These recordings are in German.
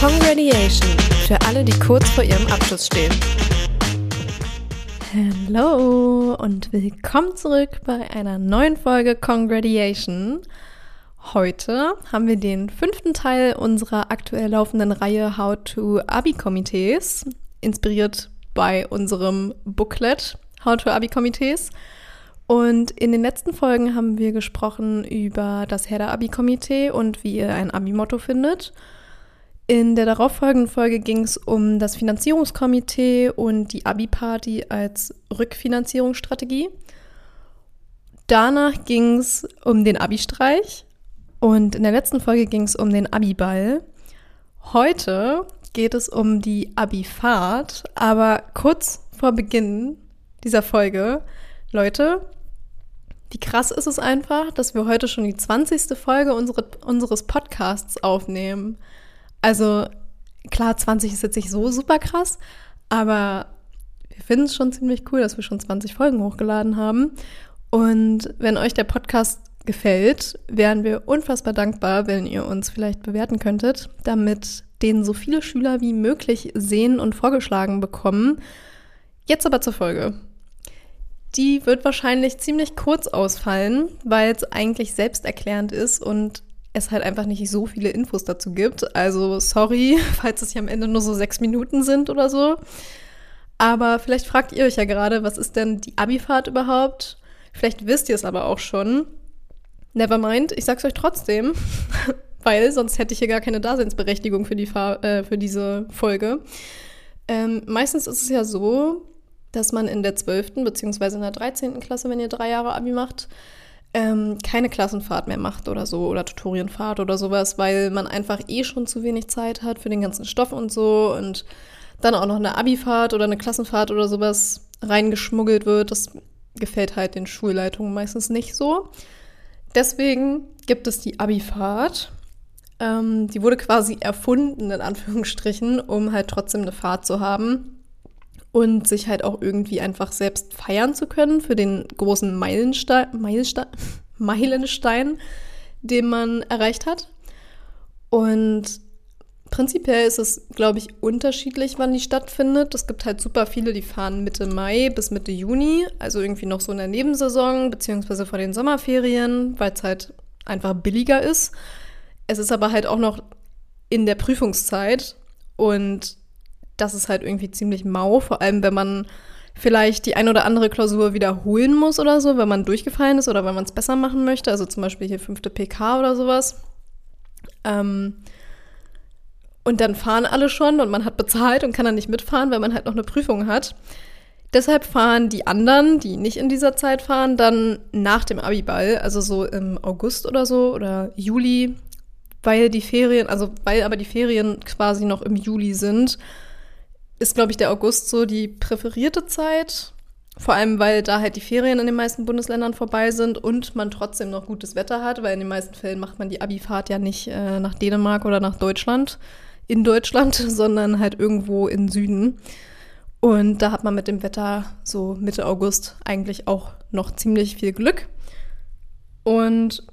Congratulation für alle, die kurz vor ihrem Abschluss stehen. Hallo und willkommen zurück bei einer neuen Folge Congratulation. Heute haben wir den 5. Teil unserer aktuell laufenden Reihe How to Abi-Komitees, inspiriert bei unserem Booklet How to Abi-Komitees. Und in den letzten Folgen haben wir gesprochen über das Herder-Abi-Komitee und wie ihr ein Abi-Motto findet. In der darauffolgenden Folge ging es um das Finanzierungskomitee und die Abi-Party als Rückfinanzierungsstrategie. Danach ging es um den Abi-Streich und in der letzten Folge ging es um den Abi-Ball. Heute geht es um die Abi-Fahrt, aber kurz vor Beginn dieser Folge, Leute, wie krass ist es einfach, dass wir heute schon die 20. Folge unseres Podcasts aufnehmen. Also klar, 20 ist jetzt nicht so super krass, aber wir finden es schon ziemlich cool, dass wir schon 20 Folgen hochgeladen haben. Und wenn euch der Podcast gefällt, wären wir unfassbar dankbar, wenn ihr uns vielleicht bewerten könntet, damit den so viele Schüler wie möglich sehen und vorgeschlagen bekommen. Jetzt aber zur Folge. Die wird wahrscheinlich ziemlich kurz ausfallen, weil es eigentlich selbsterklärend ist und es halt einfach nicht so viele Infos dazu gibt. Also sorry, falls es hier am Ende nur so 6 Minuten sind oder so. Aber vielleicht fragt ihr euch ja gerade, was ist denn die Abi-Fahrt überhaupt? Vielleicht wisst ihr es aber auch schon. Nevermind, ich sag's euch trotzdem, weil sonst hätte ich hier gar keine Daseinsberechtigung für diese Folge. Meistens ist es ja so, dass man in der 12. bzw. in der 13. Klasse, wenn ihr 3 Jahre Abi macht, keine Klassenfahrt mehr macht oder so oder Tutorienfahrt oder sowas, weil man einfach schon zu wenig Zeit hat für den ganzen Stoff und so und dann auch noch eine Abi-Fahrt oder eine Klassenfahrt oder sowas reingeschmuggelt wird. Das gefällt halt den Schulleitungen meistens nicht so. Deswegen gibt es die Abi-Fahrt. Die wurde quasi erfunden, in Anführungsstrichen, um halt trotzdem eine Fahrt zu haben und sich halt auch irgendwie einfach selbst feiern zu können für den großen Meilenstein, den man erreicht hat. Und prinzipiell ist es, glaube ich, unterschiedlich, wann die stattfindet. Es gibt halt super viele, die fahren Mitte Mai bis Mitte Juni, also irgendwie noch so in der Nebensaison, beziehungsweise vor den Sommerferien, weil es halt einfach billiger ist. Es ist aber halt auch noch in der Prüfungszeit und das ist halt irgendwie ziemlich mau, vor allem wenn man vielleicht die ein oder andere Klausur wiederholen muss oder so, wenn man durchgefallen ist oder wenn man es besser machen möchte, also zum Beispiel hier 5. PK oder sowas. Und dann fahren alle schon und man hat bezahlt und kann dann nicht mitfahren, weil man halt noch eine Prüfung hat. Deshalb fahren die anderen, die nicht in dieser Zeit fahren, dann nach dem Abi-Ball, also so im August oder so oder Juli, weil aber die Ferien quasi noch im Juli sind, ist, glaube ich, der August so die präferierte Zeit. Vor allem, weil da halt die Ferien in den meisten Bundesländern vorbei sind und man trotzdem noch gutes Wetter hat, weil in den meisten Fällen macht man die Abi-Fahrt ja nicht nach Dänemark oder nach Deutschland, in Deutschland, sondern halt irgendwo im Süden. Und da hat man mit dem Wetter so Mitte August eigentlich auch noch ziemlich viel Glück. Und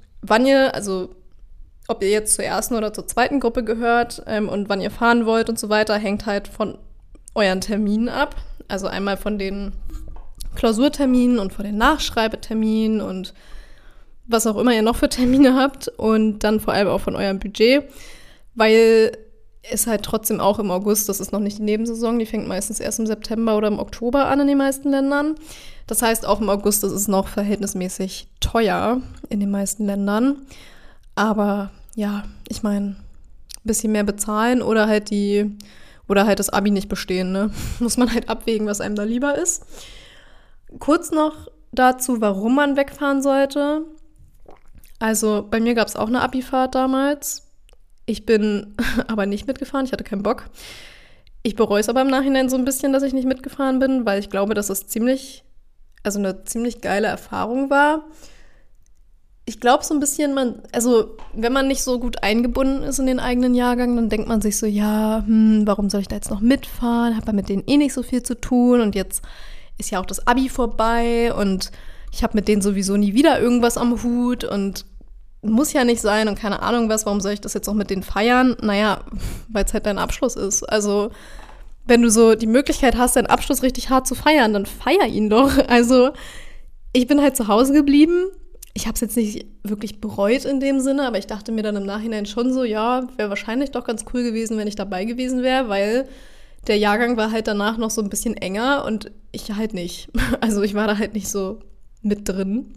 ob ihr jetzt zur ersten oder zur zweiten Gruppe gehört und wann ihr fahren wollt und so weiter, hängt halt von euren Terminen ab. Also einmal von den Klausurterminen und von den Nachschreibeterminen und was auch immer ihr noch für Termine habt und dann vor allem auch von eurem Budget, weil es halt trotzdem auch im August, das ist noch nicht die Nebensaison, die fängt meistens erst im September oder im Oktober an in den meisten Ländern. Das heißt, auch im August ist es noch verhältnismäßig teuer in den meisten Ländern. Aber ja, ich meine, ein bisschen mehr bezahlen oder halt das Abi nicht bestehen, ne? Muss man halt abwägen, was einem da lieber ist. Kurz noch dazu, warum man wegfahren sollte. Also bei mir gab es auch eine Abi-Fahrt damals. Ich bin aber nicht mitgefahren, ich hatte keinen Bock. Ich bereue es aber im Nachhinein so ein bisschen, dass ich nicht mitgefahren bin, weil ich glaube, dass es eine ziemlich geile Erfahrung war. Ich glaube so ein bisschen, wenn man nicht so gut eingebunden ist in den eigenen Jahrgang, dann denkt man sich so, ja, warum soll ich da jetzt noch mitfahren? Hat man mit denen nicht so viel zu tun und jetzt ist ja auch das Abi vorbei und ich habe mit denen sowieso nie wieder irgendwas am Hut und muss ja nicht sein und keine Ahnung was, warum soll ich das jetzt auch mit denen feiern? Naja, weil es halt dein Abschluss ist. Also wenn du so die Möglichkeit hast, deinen Abschluss richtig hart zu feiern, dann feier ihn doch. Also ich bin halt zu Hause geblieben. Ich habe es jetzt nicht wirklich bereut in dem Sinne, aber ich dachte mir dann im Nachhinein schon so, ja, wäre wahrscheinlich doch ganz cool gewesen, wenn ich dabei gewesen wäre, weil der Jahrgang war halt danach noch so ein bisschen enger und ich halt nicht. Also ich war da halt nicht so mit drin.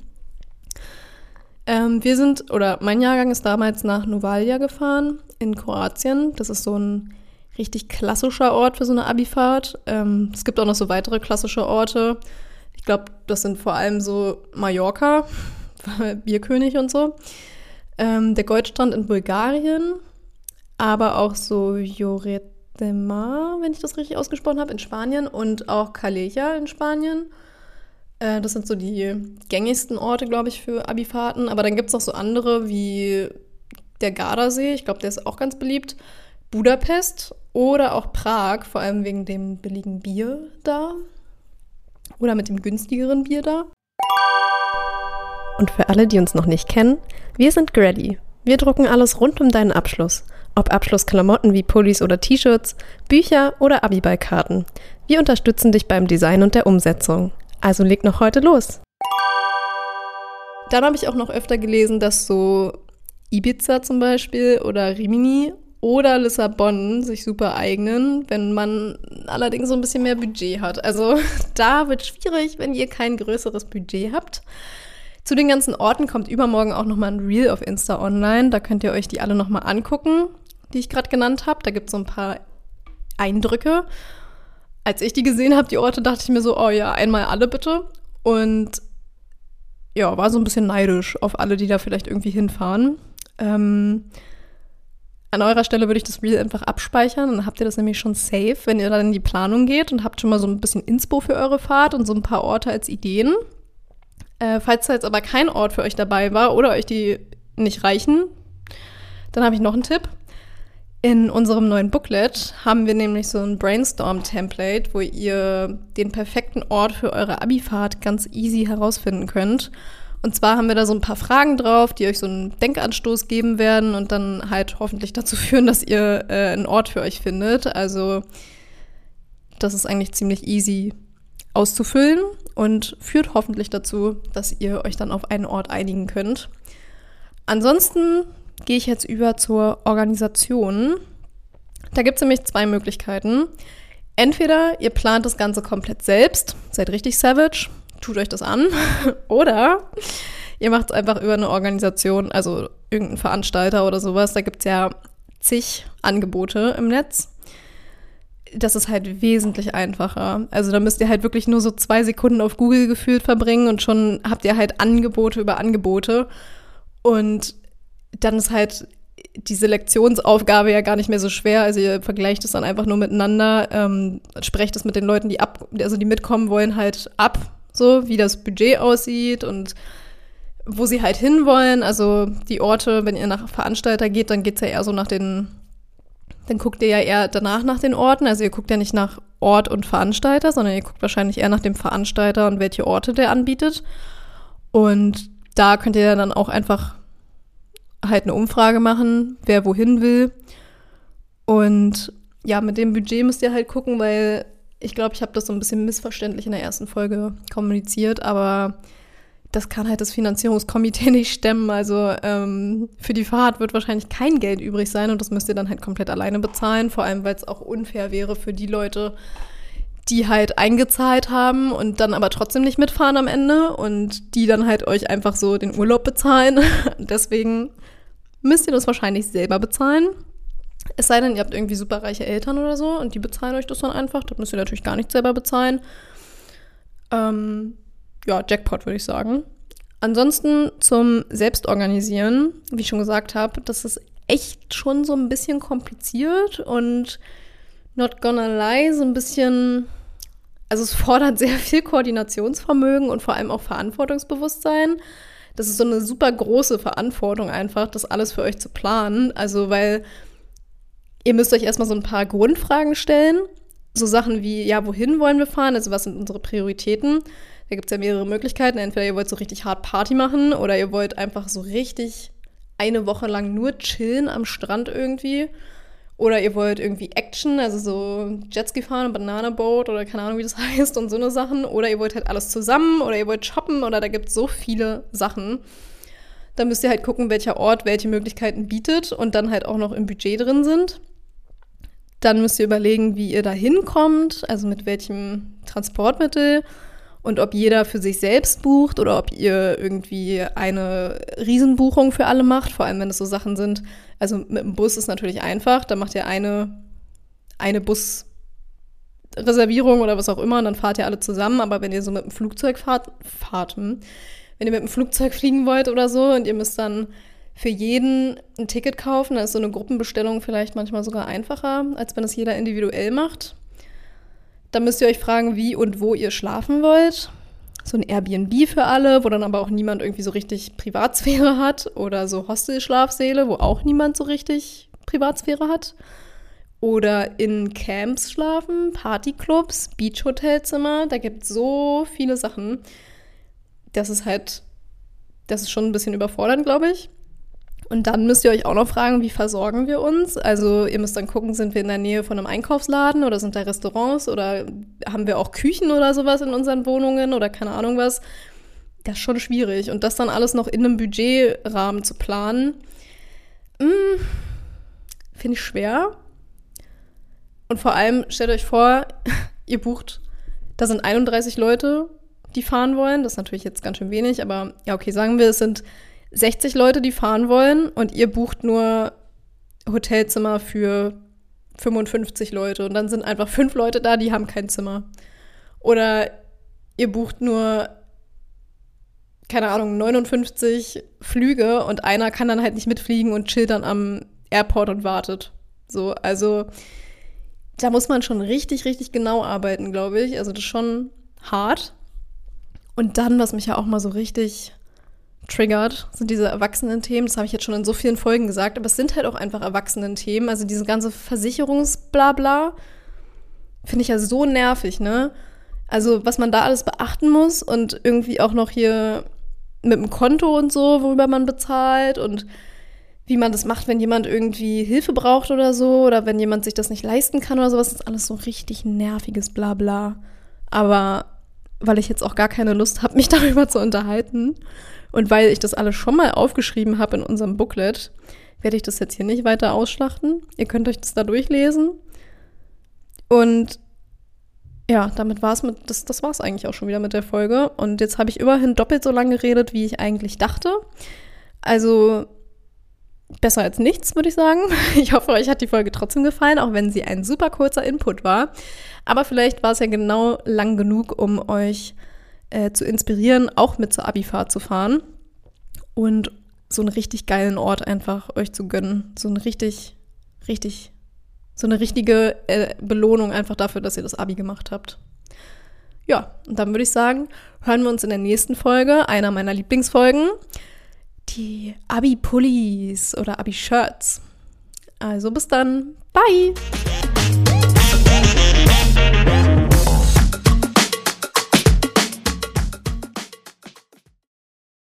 Mein Jahrgang ist damals nach Novalja gefahren in Kroatien. Das ist so ein richtig klassischer Ort für so eine Abifahrt. Es gibt auch noch so weitere klassische Orte. Ich glaube, das sind vor allem so Mallorca, Bierkönig und so. Der Goldstrand in Bulgarien, aber auch so Lloret de Mar, wenn ich das richtig ausgesprochen habe, in Spanien und auch Calella in Spanien. Das sind so die gängigsten Orte, glaube ich, für Abifahrten. Aber dann gibt es noch so andere wie der Gardasee, ich glaube, der ist auch ganz beliebt, Budapest oder auch Prag, vor allem wegen dem billigen Bier da oder mit dem günstigeren Bier da. Und für alle, die uns noch nicht kennen, wir sind Grady. Wir drucken alles rund um deinen Abschluss. Ob Abschlussklamotten wie Pullis oder T-Shirts, Bücher oder Abiballkarten. Wir unterstützen dich beim Design und der Umsetzung. Also leg noch heute los. Dann habe ich auch noch öfter gelesen, dass so Ibiza zum Beispiel oder Rimini oder Lissabon sich super eignen, wenn man allerdings so ein bisschen mehr Budget hat. Also da wird es schwierig, wenn ihr kein größeres Budget habt. Zu den ganzen Orten kommt übermorgen auch nochmal ein Reel auf Insta online. Da könnt ihr euch die alle nochmal angucken, die ich gerade genannt habe. Da gibt es so ein paar Eindrücke. Als ich die gesehen habe, die Orte, dachte ich mir so, oh ja, einmal alle bitte. Und ja, war so ein bisschen neidisch auf alle, die da vielleicht irgendwie hinfahren. An eurer Stelle würde ich das Reel einfach abspeichern. Dann habt ihr das nämlich schon safe, wenn ihr dann in die Planung geht und habt schon mal so ein bisschen Inspo für eure Fahrt und so ein paar Orte als Ideen. Falls da jetzt aber kein Ort für euch dabei war oder euch die nicht reichen, dann habe ich noch einen Tipp. In unserem neuen Booklet haben wir nämlich so ein Brainstorm-Template, wo ihr den perfekten Ort für eure Abifahrt ganz easy herausfinden könnt. Und zwar haben wir da so ein paar Fragen drauf, die euch so einen Denkanstoß geben werden und dann halt hoffentlich dazu führen, dass ihr einen Ort für euch findet. Also das ist eigentlich ziemlich easy auszufüllen und führt hoffentlich dazu, dass ihr euch dann auf einen Ort einigen könnt. Ansonsten gehe ich jetzt über zur Organisation. Da gibt es nämlich 2 Möglichkeiten. Entweder ihr plant das Ganze komplett selbst, seid richtig savage, tut euch das an, oder ihr macht es einfach über eine Organisation, also irgendeinen Veranstalter oder sowas. Da gibt es ja zig Angebote im Netz. Das ist halt wesentlich einfacher. Also da müsst ihr halt wirklich nur so 2 Sekunden auf Google gefühlt verbringen und schon habt ihr halt Angebote über Angebote. Und dann ist halt die Selektionsaufgabe ja gar nicht mehr so schwer. Also ihr vergleicht es dann einfach nur miteinander, sprecht es mit den Leuten, die mitkommen wollen, halt ab, so wie das Budget aussieht und wo sie halt hinwollen. Also die Orte, wenn ihr nach Veranstalter geht, dann geht's ja eher so dann guckt ihr ja eher danach nach den Orten. Also ihr guckt ja nicht nach Ort und Veranstalter, sondern ihr guckt wahrscheinlich eher nach dem Veranstalter und welche Orte der anbietet. Und da könnt ihr dann auch einfach halt eine Umfrage machen, wer wohin will. Und ja, mit dem Budget müsst ihr halt gucken, weil ich glaube, ich habe das so ein bisschen missverständlich in der ersten Folge kommuniziert, aber das kann halt das Finanzierungskomitee nicht stemmen. Also für die Fahrt wird wahrscheinlich kein Geld übrig sein und das müsst ihr dann halt komplett alleine bezahlen, vor allem, weil es auch unfair wäre für die Leute, die halt eingezahlt haben und dann aber trotzdem nicht mitfahren am Ende und die dann halt euch einfach so den Urlaub bezahlen. Deswegen müsst ihr das wahrscheinlich selber bezahlen. Es sei denn, ihr habt irgendwie superreiche Eltern oder so und die bezahlen euch das dann einfach. Das müsst ihr natürlich gar nicht selber bezahlen. Ja, Jackpot würde ich sagen. Ansonsten zum Selbstorganisieren, wie ich schon gesagt habe, das ist echt schon so ein bisschen kompliziert und not gonna lie, so ein bisschen, also es fordert sehr viel Koordinationsvermögen und vor allem auch Verantwortungsbewusstsein. Das ist so eine super große Verantwortung einfach, das alles für euch zu planen. Also, weil ihr müsst euch erstmal so ein paar Grundfragen stellen. So Sachen wie, ja, wohin wollen wir fahren? Also, was sind unsere Prioritäten? Da gibt es ja mehrere Möglichkeiten. Entweder ihr wollt so richtig hart Party machen oder ihr wollt einfach so richtig eine Woche lang nur chillen am Strand irgendwie. Oder ihr wollt irgendwie Action, also so Jetski fahren, Banana Boat oder keine Ahnung, wie das heißt und so eine Sachen. Oder ihr wollt halt alles zusammen oder ihr wollt shoppen oder da gibt es so viele Sachen. Dann müsst ihr halt gucken, welcher Ort welche Möglichkeiten bietet und dann halt auch noch im Budget drin sind. Dann müsst ihr überlegen, wie ihr da hinkommt, also mit welchem Transportmittel und ob jeder für sich selbst bucht oder ob ihr irgendwie eine Riesenbuchung für alle macht, vor allem wenn es so Sachen sind. Also mit dem Bus ist natürlich einfach, da macht ihr eine Busreservierung oder was auch immer und dann fahrt ihr alle zusammen, aber wenn ihr so mit dem Flugzeug wenn ihr mit dem Flugzeug fliegen wollt oder so und ihr müsst dann für jeden ein Ticket kaufen, dann ist so eine Gruppenbestellung vielleicht manchmal sogar einfacher, als wenn es jeder individuell macht. Dann müsst ihr euch fragen, wie und wo ihr schlafen wollt. So ein Airbnb für alle, wo dann aber auch niemand irgendwie so richtig Privatsphäre hat. Oder so Hostelschlafsäle, wo auch niemand so richtig Privatsphäre hat. Oder in Camps schlafen, Partyclubs, Beachhotelzimmer. Da gibt es so viele Sachen. Das ist schon ein bisschen überfordernd, glaube ich. Und dann müsst ihr euch auch noch fragen, wie versorgen wir uns? Also ihr müsst dann gucken, sind wir in der Nähe von einem Einkaufsladen oder sind da Restaurants oder haben wir auch Küchen oder sowas in unseren Wohnungen oder keine Ahnung was. Das ist schon schwierig. Und das dann alles noch in einem Budgetrahmen zu planen, finde ich schwer. Und vor allem, stellt euch vor, ihr bucht, da sind 31 Leute, die fahren wollen. Das ist natürlich jetzt ganz schön wenig, aber ja, okay, sagen wir, es sind 60 Leute, die fahren wollen und ihr bucht nur Hotelzimmer für 55 Leute und dann sind einfach 5 Leute da, die haben kein Zimmer. Oder ihr bucht nur, keine Ahnung, 59 Flüge und einer kann dann halt nicht mitfliegen und chillt dann am Airport und wartet. So, also da muss man schon richtig, richtig genau arbeiten, glaube ich. Also das ist schon hart. Und dann, was mich ja auch mal so richtig triggert, sind diese Erwachsenen-Themen. Das habe ich jetzt schon in so vielen Folgen gesagt, aber es sind halt auch einfach Erwachsenen-Themen. Also diese ganze Versicherungsblabla finde ich ja so nervig, ne? Also was man da alles beachten muss und irgendwie auch noch hier mit dem Konto und so, worüber man bezahlt und wie man das macht, wenn jemand irgendwie Hilfe braucht oder so oder wenn jemand sich das nicht leisten kann oder sowas, das ist alles so richtig nerviges Blabla. Aber weil ich jetzt auch gar keine Lust habe, mich darüber zu unterhalten und weil ich das alles schon mal aufgeschrieben habe in unserem Booklet, werde ich das jetzt hier nicht weiter ausschlachten. Ihr könnt euch das da durchlesen. Und ja, damit war es das war es eigentlich auch schon wieder mit der Folge. Und jetzt habe ich immerhin doppelt so lange geredet, wie ich eigentlich dachte. Also besser als nichts, würde ich sagen. Ich hoffe, euch hat die Folge trotzdem gefallen, auch wenn sie ein super kurzer Input war. Aber vielleicht war es ja genau lang genug, um euch zu inspirieren, auch mit zur Abifahrt zu fahren und so einen richtig geilen Ort einfach euch zu gönnen. So eine richtige Belohnung einfach dafür, dass ihr das Abi gemacht habt. Ja, und dann würde ich sagen, hören wir uns in der nächsten Folge, einer meiner Lieblingsfolgen, die Abi-Pullis oder Abi-Shirts. Also bis dann. Bye!